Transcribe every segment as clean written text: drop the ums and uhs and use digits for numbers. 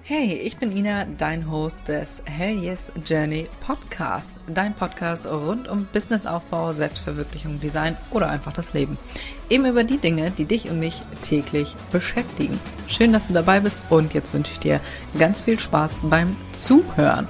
Hey, ich bin Ina, dein Host des Hell Yes Journey Podcasts. Dein Podcast rund um Businessaufbau, Selbstverwirklichung, Design oder einfach das Leben. Eben über die Dinge, die dich und mich täglich beschäftigen. Schön, dass du dabei bist und jetzt wünsche ich dir ganz viel Spaß beim Zuhören.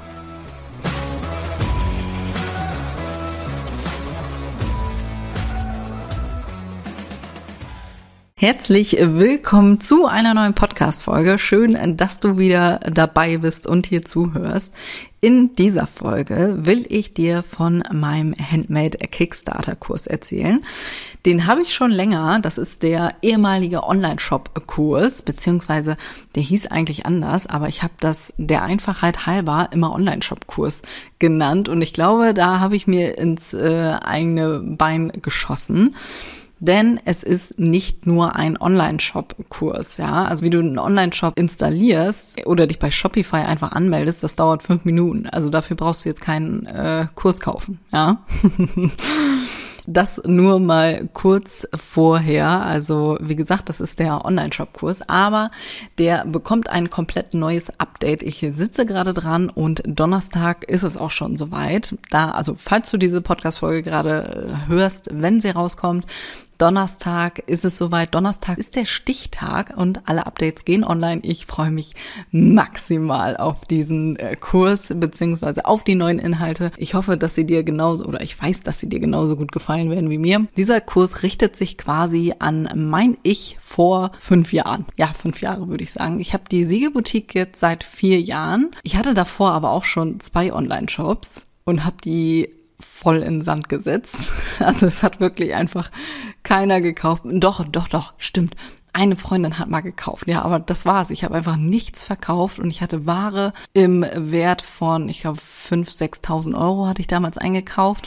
Herzlich willkommen zu einer neuen Podcast-Folge. Schön, dass du wieder dabei bist und hier zuhörst. In dieser Folge will ich dir von meinem Handmade Kickstarter-Kurs erzählen. Den habe ich schon länger. Das ist der ehemalige Online-Shop-Kurs, beziehungsweise der hieß eigentlich anders, aber ich habe das der Einfachheit halber immer Online-Shop-Kurs genannt. Und ich glaube, da habe ich mir ins eigene Bein geschossen. Denn es ist nicht nur ein Online-Shop-Kurs, ja. Also wie du einen Online-Shop installierst oder dich bei Shopify einfach anmeldest, das dauert 5 Minuten. Also dafür brauchst du jetzt keinen Kurs kaufen, ja. Das nur mal kurz vorher. Also wie gesagt, das ist der Online-Shop-Kurs, aber der bekommt ein komplett neues Update. Ich sitze gerade dran und Donnerstag ist es auch schon soweit. Also falls du diese Podcast-Folge gerade hörst, wenn sie rauskommt, Donnerstag ist es soweit. Donnerstag ist der Stichtag und alle Updates gehen online. Ich freue mich maximal auf diesen Kurs beziehungsweise auf die neuen Inhalte. Ich hoffe, dass sie dir genauso, oder ich weiß, dass sie dir genauso gut gefallen werden wie mir. Dieser Kurs richtet sich quasi an mein Ich vor 5 Jahren. Ja, 5 Jahre würde ich sagen. Ich habe die Siegelboutique jetzt seit 4 Jahren. Ich hatte davor aber auch schon 2 Online-Shops und habe die voll in den Sand gesetzt. Also es hat wirklich einfach keiner gekauft. Doch, stimmt. Eine Freundin hat mal gekauft. Ja, aber das war's. Ich habe einfach nichts verkauft und ich hatte Ware im Wert von, ich glaube, 5.000, 6.000 Euro hatte ich damals eingekauft.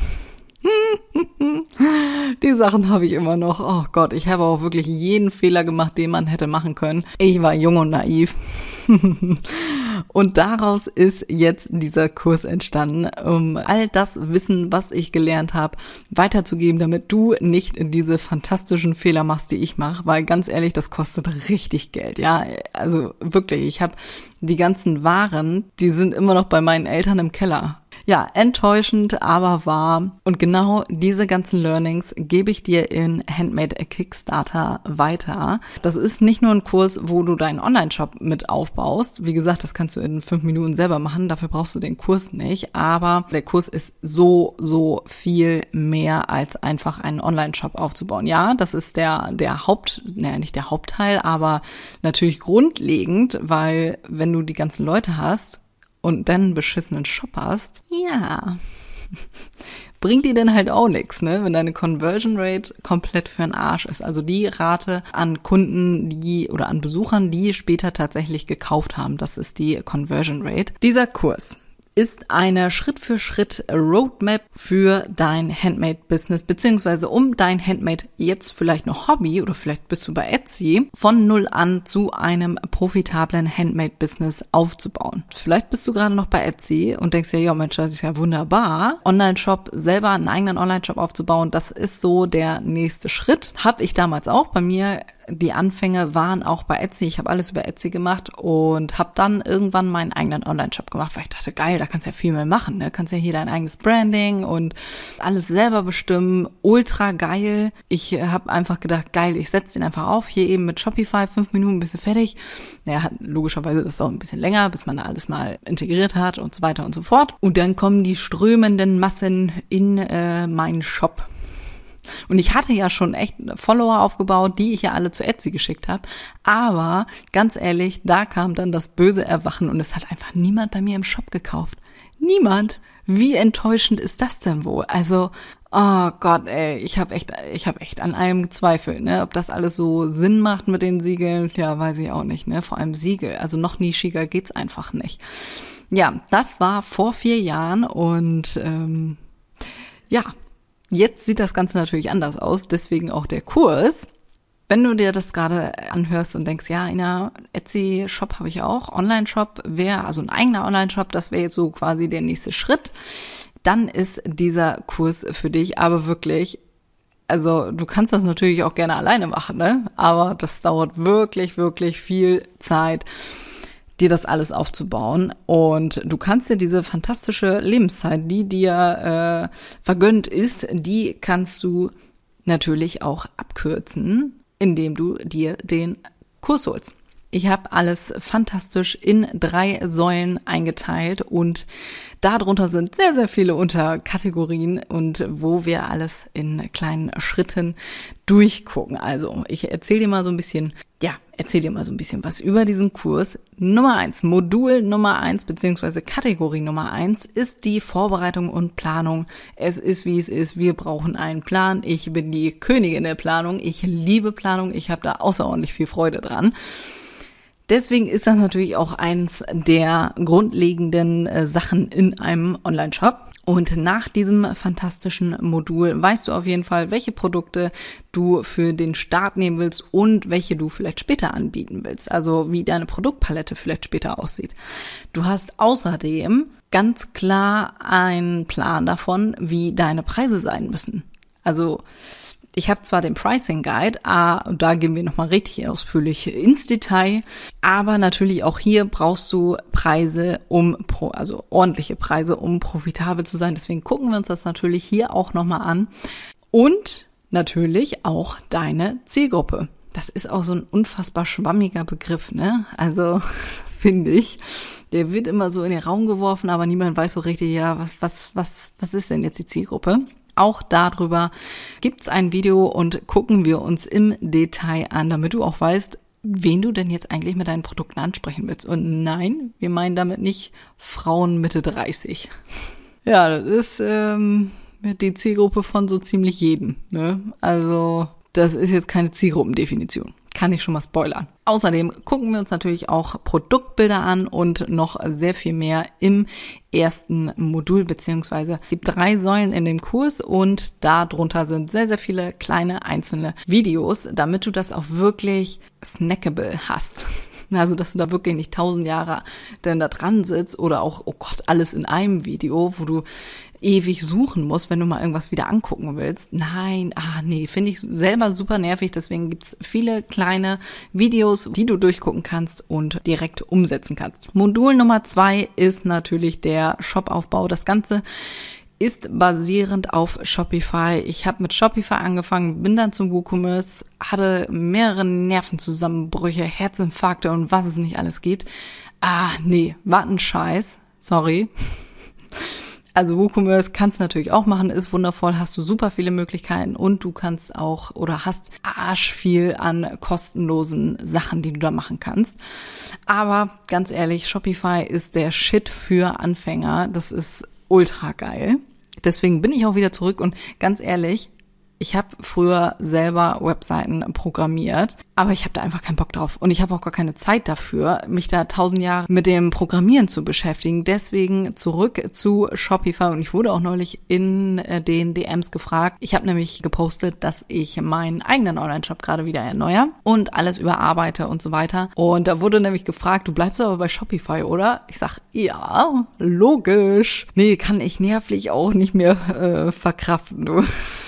Die Sachen habe ich immer noch. Oh Gott, ich habe auch wirklich jeden Fehler gemacht, den man hätte machen können. Ich war jung und naiv. Und daraus ist jetzt dieser Kurs entstanden, um all das Wissen, was ich gelernt habe, weiterzugeben, damit du nicht diese fantastischen Fehler machst, die ich mache, weil ganz ehrlich, das kostet richtig Geld, ja, also wirklich, ich habe die ganzen Waren, die sind immer noch bei meinen Eltern im Keller. Ja, enttäuschend, aber wahr. Und genau diese ganzen Learnings gebe ich dir in Handmade Kickstarter weiter. Das ist nicht nur ein Kurs, wo du deinen Online-Shop mit aufbaust. Wie gesagt, das kannst du in 5 Minuten selber machen. Dafür brauchst du den Kurs nicht. Aber der Kurs ist so viel mehr als einfach einen Online-Shop aufzubauen. Ja, das ist nicht der Hauptteil, aber natürlich grundlegend, weil wenn du die ganzen Leute hast, und dann einen beschissenen Shop hast, ja, bringt dir denn halt auch nichts, ne? Wenn deine Conversion Rate komplett für den Arsch ist. Also die Rate an Kunden, oder an Besuchern, die später tatsächlich gekauft haben, das ist die Conversion Rate. Dieser Kurs ist eine Schritt-für-Schritt Roadmap für dein Handmade-Business, beziehungsweise um dein Handmade jetzt vielleicht noch Hobby oder vielleicht bist du bei Etsy von 0 an zu einem profitablen Handmade-Business aufzubauen. Vielleicht bist du gerade noch bei Etsy und denkst dir, ja Mensch, das ist ja wunderbar. Online-Shop, selber einen eigenen Online-Shop aufzubauen, das ist so der nächste Schritt. Habe ich damals auch bei mir. Die Anfänge waren auch bei Etsy. Ich habe alles über Etsy gemacht und habe dann irgendwann meinen eigenen Online-Shop gemacht, weil ich dachte, geil, da kannst du ja viel mehr machen. Ne? Kannst ja hier dein eigenes Branding und alles selber bestimmen. Ultra geil. Ich habe einfach gedacht, geil, ich setze den einfach auf. Hier eben mit Shopify, 5 Minuten bist du fertig. Naja, logischerweise ist es auch ein bisschen länger, bis man da alles mal integriert hat und so weiter und so fort. Und dann kommen die strömenden Massen in meinen Shop. Und ich hatte ja schon echt Follower aufgebaut, die ich ja alle zu Etsy geschickt habe. Aber ganz ehrlich, da kam dann das böse Erwachen und es hat einfach niemand bei mir im Shop gekauft. Niemand. Wie enttäuschend ist das denn wohl? Also, oh Gott, ey, ich habe echt an allem gezweifelt, ne? Ob das alles so Sinn macht mit den Siegeln, ja, weiß ich auch nicht, ne? Vor allem Siegel, also noch nischiger geht's einfach nicht. Ja, das war vor 4 Jahren und ja. Jetzt sieht das Ganze natürlich anders aus, deswegen auch der Kurs. Wenn du dir das gerade anhörst und denkst, ja, Ina, Etsy-Shop habe ich auch, Online-Shop also ein eigener Online-Shop, das wäre jetzt so quasi der nächste Schritt, dann ist dieser Kurs für dich aber wirklich, also du kannst das natürlich auch gerne alleine machen, ne? Aber das dauert wirklich, wirklich viel Zeit. dir das alles aufzubauen. Und du kannst dir diese fantastische Lebenszeit, die dir vergönnt ist, die kannst du natürlich auch abkürzen, indem du dir den Kurs holst. Ich habe alles fantastisch in 3 Säulen eingeteilt und darunter sind sehr, sehr viele Unterkategorien und wo wir alles in kleinen Schritten durchgucken. Also ich erzähle dir mal so ein bisschen was über diesen Kurs. Nummer 1, Modul Nummer 1 beziehungsweise Kategorie Nummer 1 ist die Vorbereitung und Planung. Es ist, wie es ist. Wir brauchen einen Plan. Ich bin die Königin der Planung. Ich liebe Planung. Ich habe da außerordentlich viel Freude dran. Deswegen ist das natürlich auch eins der grundlegenden Sachen in einem Online-Shop. Und nach diesem fantastischen Modul weißt du auf jeden Fall, welche Produkte du für den Start nehmen willst und welche du vielleicht später anbieten willst. Also wie deine Produktpalette vielleicht später aussieht. Du hast außerdem ganz klar einen Plan davon, wie deine Preise sein müssen. Also ich habe zwar den Pricing Guide, da gehen wir nochmal richtig ausführlich ins Detail, aber natürlich auch hier brauchst du Preise, also ordentliche Preise, um profitabel zu sein. Deswegen gucken wir uns das natürlich hier auch nochmal an. Und natürlich auch deine Zielgruppe. Das ist auch so ein unfassbar schwammiger Begriff, ne? Also finde ich, der wird immer so in den Raum geworfen, aber niemand weiß so richtig, ja, was ist denn jetzt die Zielgruppe? Auch darüber gibt's ein Video und gucken wir uns im Detail an, damit du auch weißt, wen du denn jetzt eigentlich mit deinen Produkten ansprechen willst. Und nein, wir meinen damit nicht Frauen Mitte 30. Ja, das ist die Zielgruppe von so ziemlich jedem, ne? Also das ist jetzt keine Zielgruppendefinition. Kann ich schon mal spoilern. Außerdem gucken wir uns natürlich auch Produktbilder an und noch sehr viel mehr im ersten Modul, beziehungsweise es gibt 3 Säulen in dem Kurs und darunter sind sehr, sehr viele kleine einzelne Videos, damit du das auch wirklich snackable hast. Also, dass du da wirklich nicht 1000 Jahre denn da dran sitzt oder auch, oh Gott, alles in einem Video, wo du ewig suchen musst, wenn du mal irgendwas wieder angucken willst. Nein, finde ich selber super nervig. Deswegen gibt's viele kleine Videos, die du durchgucken kannst und direkt umsetzen kannst. Modul Nummer 2 ist natürlich der Shopaufbau. Das Ganze ist basierend auf Shopify. Ich habe mit Shopify angefangen, bin dann zum WooCommerce, hatte mehrere Nervenzusammenbrüche, Herzinfarkte und was es nicht alles gibt. War ein Scheiß. Sorry. Also WooCommerce kannst du natürlich auch machen, ist wundervoll, hast du super viele Möglichkeiten und du kannst auch oder hast arschviel an kostenlosen Sachen, die du da machen kannst. Aber ganz ehrlich, Shopify ist der Shit für Anfänger. Das ist ultra geil. Deswegen bin ich auch wieder zurück und ganz ehrlich, ich habe früher selber Webseiten programmiert, aber ich habe da einfach keinen Bock drauf und ich habe auch gar keine Zeit dafür, mich da 1000 Jahre mit dem Programmieren zu beschäftigen. Deswegen zurück zu Shopify und ich wurde auch neulich in den DMs gefragt. Ich habe nämlich gepostet, dass ich meinen eigenen Online-Shop gerade wieder erneuere und alles überarbeite und so weiter. Und da wurde nämlich gefragt, du bleibst aber bei Shopify, oder? Ich sag, ja, logisch. Nee, kann ich nervlich auch nicht mehr verkraften, du.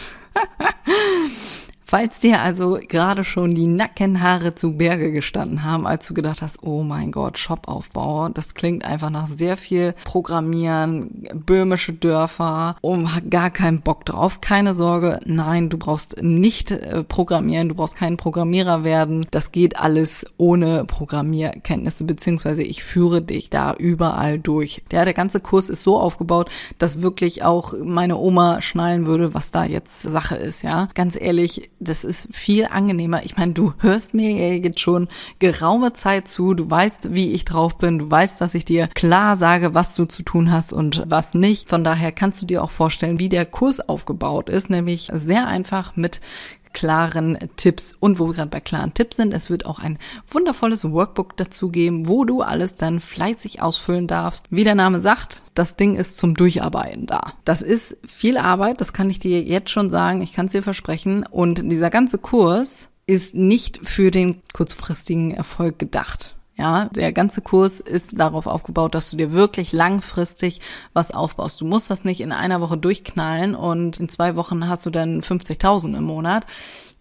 Falls dir also gerade schon die Nackenhaare zu Berge gestanden haben, als du gedacht hast, oh mein Gott, Shopaufbau, das klingt einfach nach sehr viel Programmieren, böhmische Dörfer, gar keinen Bock drauf. Keine Sorge, nein, du brauchst nicht programmieren, du brauchst kein Programmierer werden. Das geht alles ohne Programmierkenntnisse, beziehungsweise ich führe dich da überall durch. Der ganze Kurs ist so aufgebaut, dass wirklich auch meine Oma schnallen würde, was da jetzt Sache ist, ja. Ganz ehrlich, das ist viel angenehmer. Ich meine, du hörst mir jetzt schon geraume Zeit zu, du weißt, wie ich drauf bin, du weißt, dass ich dir klar sage, was du zu tun hast und was nicht. Von daher kannst du dir auch vorstellen, wie der Kurs aufgebaut ist, nämlich sehr einfach mit klaren Tipps. Und wo wir gerade bei klaren Tipps sind, es wird auch ein wundervolles Workbook dazu geben, wo du alles dann fleißig ausfüllen darfst. Wie der Name sagt, das Ding ist zum Durcharbeiten da. Das ist viel Arbeit, das kann ich dir jetzt schon sagen, ich kann es dir versprechen. Und dieser ganze Kurs ist nicht für den kurzfristigen Erfolg gedacht. Ja, der ganze Kurs ist darauf aufgebaut, dass du dir wirklich langfristig was aufbaust. Du musst das nicht in einer Woche durchknallen und in 2 Wochen hast du dann 50.000 im Monat.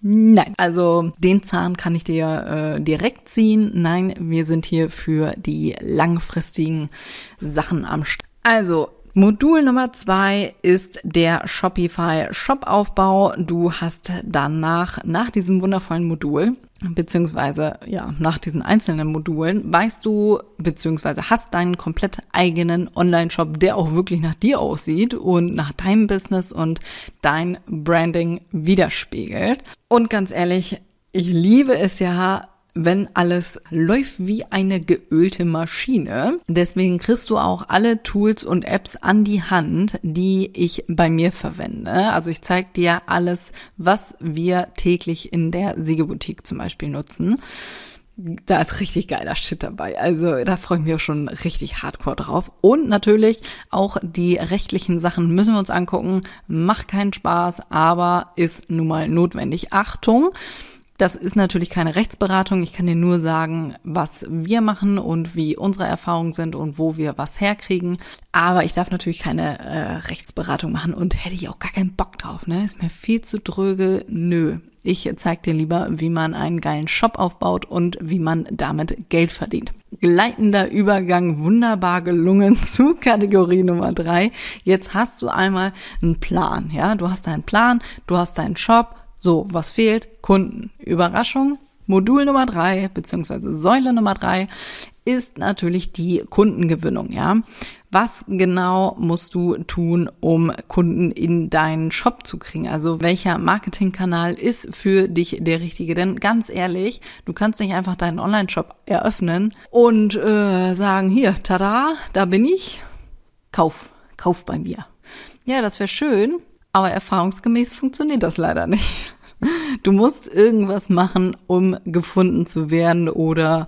Nein, also den Zahn kann ich dir direkt ziehen. Nein, wir sind hier für die langfristigen Sachen am Start. Also Modul Nummer 2 ist der Shopify Shop-Aufbau. Du hast danach, nach diesem wundervollen Modul, beziehungsweise nach diesen einzelnen Modulen, weißt du, beziehungsweise hast deinen komplett eigenen Online-Shop, der auch wirklich nach dir aussieht und nach deinem Business und dein Branding widerspiegelt. Und ganz ehrlich, ich liebe es ja, wenn alles läuft wie eine geölte Maschine. Deswegen kriegst du auch alle Tools und Apps an die Hand, die ich bei mir verwende. Also ich zeige dir alles, was wir täglich in der Siegeboutique zum Beispiel nutzen. Da ist richtig geiler Shit dabei. Also da freue ich mich auch schon richtig hardcore drauf. Und natürlich auch die rechtlichen Sachen müssen wir uns angucken. Macht keinen Spaß, aber ist nun mal notwendig. Achtung! Das ist natürlich keine Rechtsberatung. Ich kann dir nur sagen, was wir machen und wie unsere Erfahrungen sind und wo wir was herkriegen. Aber ich darf natürlich keine Rechtsberatung machen und hätte ich auch gar keinen Bock drauf, ne? Ist mir viel zu dröge. Nö. Ich zeig dir lieber, wie man einen geilen Shop aufbaut und wie man damit Geld verdient. Gleitender Übergang, wunderbar gelungen zu Kategorie Nummer 3. Jetzt hast du einmal einen Plan, ja? Du hast deinen Plan, du hast deinen Shop. So, was fehlt? Kunden. Überraschung. Modul Nummer 3, beziehungsweise Säule Nummer 3 ist natürlich die Kundengewinnung, ja. Was genau musst du tun, um Kunden in deinen Shop zu kriegen? Also welcher Marketingkanal ist für dich der richtige? Denn ganz ehrlich, du kannst nicht einfach deinen Online-Shop eröffnen und sagen, hier, tada, da bin ich, kauf bei mir. Ja, das wäre schön. Aber erfahrungsgemäß funktioniert das leider nicht. Du musst irgendwas machen, um gefunden zu werden oder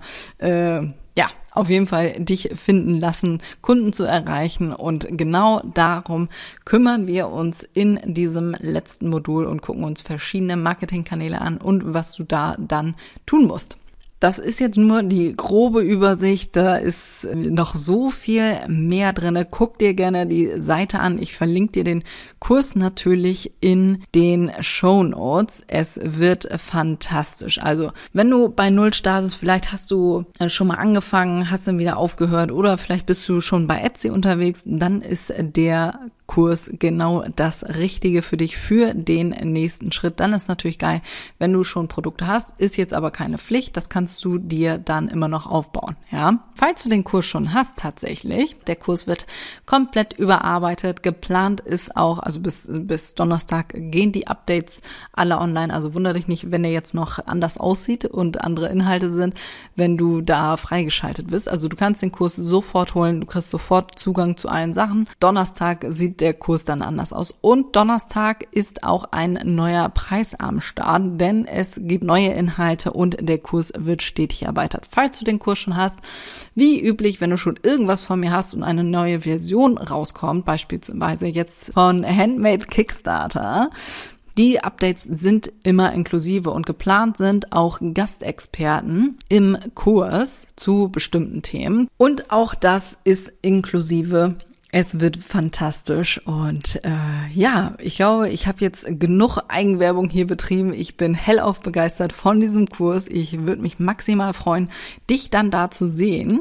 auf jeden Fall dich finden lassen, Kunden zu erreichen. Und genau darum kümmern wir uns in diesem letzten Modul und gucken uns verschiedene Marketingkanäle an und was du da dann tun musst. Das ist jetzt nur die grobe Übersicht, da ist noch so viel mehr drinne. Guck dir gerne die Seite an. Ich verlinke dir den Kurs natürlich in den Shownotes. Es wird fantastisch. Also, wenn du bei Null startest, vielleicht hast du schon mal angefangen, hast dann wieder aufgehört oder vielleicht bist du schon bei Etsy unterwegs, dann ist der Kurs genau das Richtige für dich für den nächsten Schritt. Dann ist natürlich geil, wenn du schon Produkte hast, ist jetzt aber keine Pflicht, das kannst du dir dann immer noch aufbauen, ja. Falls du den Kurs schon hast tatsächlich, der Kurs wird komplett überarbeitet, geplant ist auch, also bis Donnerstag gehen die Updates alle online, also wundere dich nicht, wenn der jetzt noch anders aussieht und andere Inhalte sind, wenn du da freigeschaltet bist. Also du kannst den Kurs sofort holen, du kriegst sofort Zugang zu allen Sachen. Donnerstag sieht der Kurs dann anders aus. Und Donnerstag ist auch ein neuer Preis am Start, denn es gibt neue Inhalte und der Kurs wird stetig erweitert. Falls du den Kurs schon hast, wie üblich, wenn du schon irgendwas von mir hast und eine neue Version rauskommt, beispielsweise jetzt von Handmade Kickstarter, die Updates sind immer inklusive und geplant sind auch Gastexperten im Kurs zu bestimmten Themen. Und auch das ist inklusive. Es wird fantastisch und ich glaube, ich habe jetzt genug Eigenwerbung hier betrieben. Ich bin hellauf begeistert von diesem Kurs. Ich würde mich maximal freuen, dich dann da zu sehen.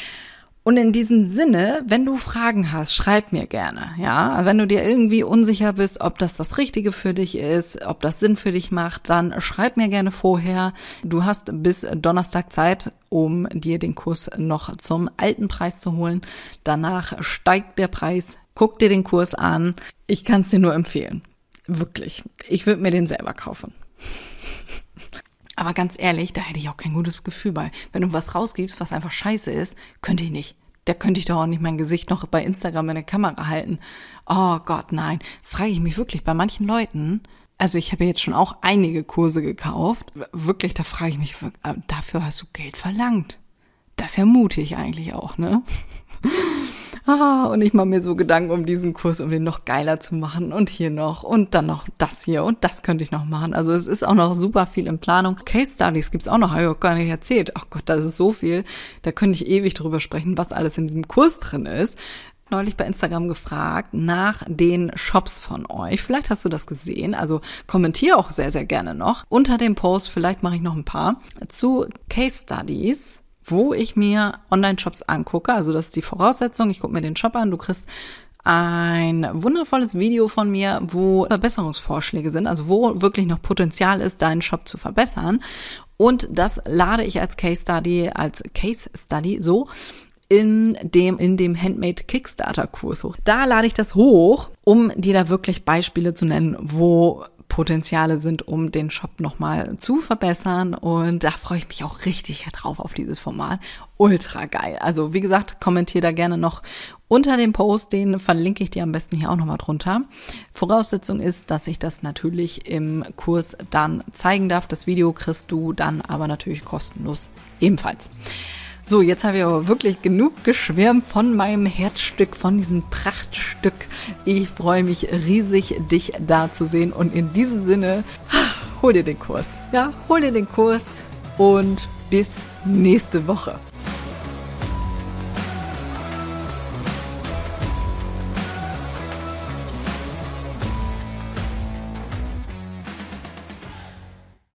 Und in diesem Sinne, wenn du Fragen hast, schreib mir gerne, ja. Also wenn du dir irgendwie unsicher bist, ob das Richtige für dich ist, ob das Sinn für dich macht, dann schreib mir gerne vorher. Du hast bis Donnerstag Zeit, um dir den Kurs noch zum alten Preis zu holen. Danach steigt der Preis. Guck dir den Kurs an. Ich kann es dir nur empfehlen. Wirklich. Ich würde mir den selber kaufen. Aber ganz ehrlich, da hätte ich auch kein gutes Gefühl bei. Wenn du was rausgibst, was einfach scheiße ist, könnte ich nicht. Da könnte ich doch auch nicht mein Gesicht noch bei Instagram in der Kamera halten. Oh Gott, nein. Frage ich mich wirklich bei manchen Leuten. Also ich habe jetzt schon auch einige Kurse gekauft. Wirklich, da frage ich mich, dafür hast du Geld verlangt. Das ist ja mutig eigentlich auch, ne? Und ich mache mir so Gedanken um diesen Kurs, um den noch geiler zu machen und hier noch und dann noch das hier und das könnte ich noch machen. Also es ist auch noch super viel in Planung. Case Studies gibt's auch noch, habe ich auch gar nicht erzählt. Ach Gott, das ist so viel. Da könnte ich ewig drüber sprechen, was alles in diesem Kurs drin ist. neulich bei Instagram gefragt nach den Shops von euch. Vielleicht hast du das gesehen, also kommentiere auch sehr, sehr gerne noch unter dem Post, vielleicht mache ich noch ein paar, zu Case Studies, wo ich mir Online-Shops angucke. Also das ist die Voraussetzung, ich gucke mir den Shop an, du kriegst ein wundervolles Video von mir, wo Verbesserungsvorschläge sind, also wo wirklich noch Potenzial ist, deinen Shop zu verbessern. Und das lade ich als Case Study so in dem Handmade Kickstarter Kurs hoch. Da lade ich das hoch, um dir da wirklich Beispiele zu nennen, wo Potenziale sind, um den Shop nochmal zu verbessern. Und da freue ich mich auch richtig drauf auf dieses Format. Ultra geil. Also wie gesagt, kommentiere da gerne noch unter dem Post, den verlinke ich dir am besten hier auch nochmal drunter. Voraussetzung ist, dass ich das natürlich im Kurs dann zeigen darf. Das Video kriegst du dann aber natürlich kostenlos ebenfalls. So, jetzt habe ich aber wirklich genug geschwärmt von meinem Herzstück, von diesem Prachtstück. Ich freue mich riesig, dich da zu sehen. Und in diesem Sinne, hol dir den Kurs. Ja, hol dir den Kurs und bis nächste Woche.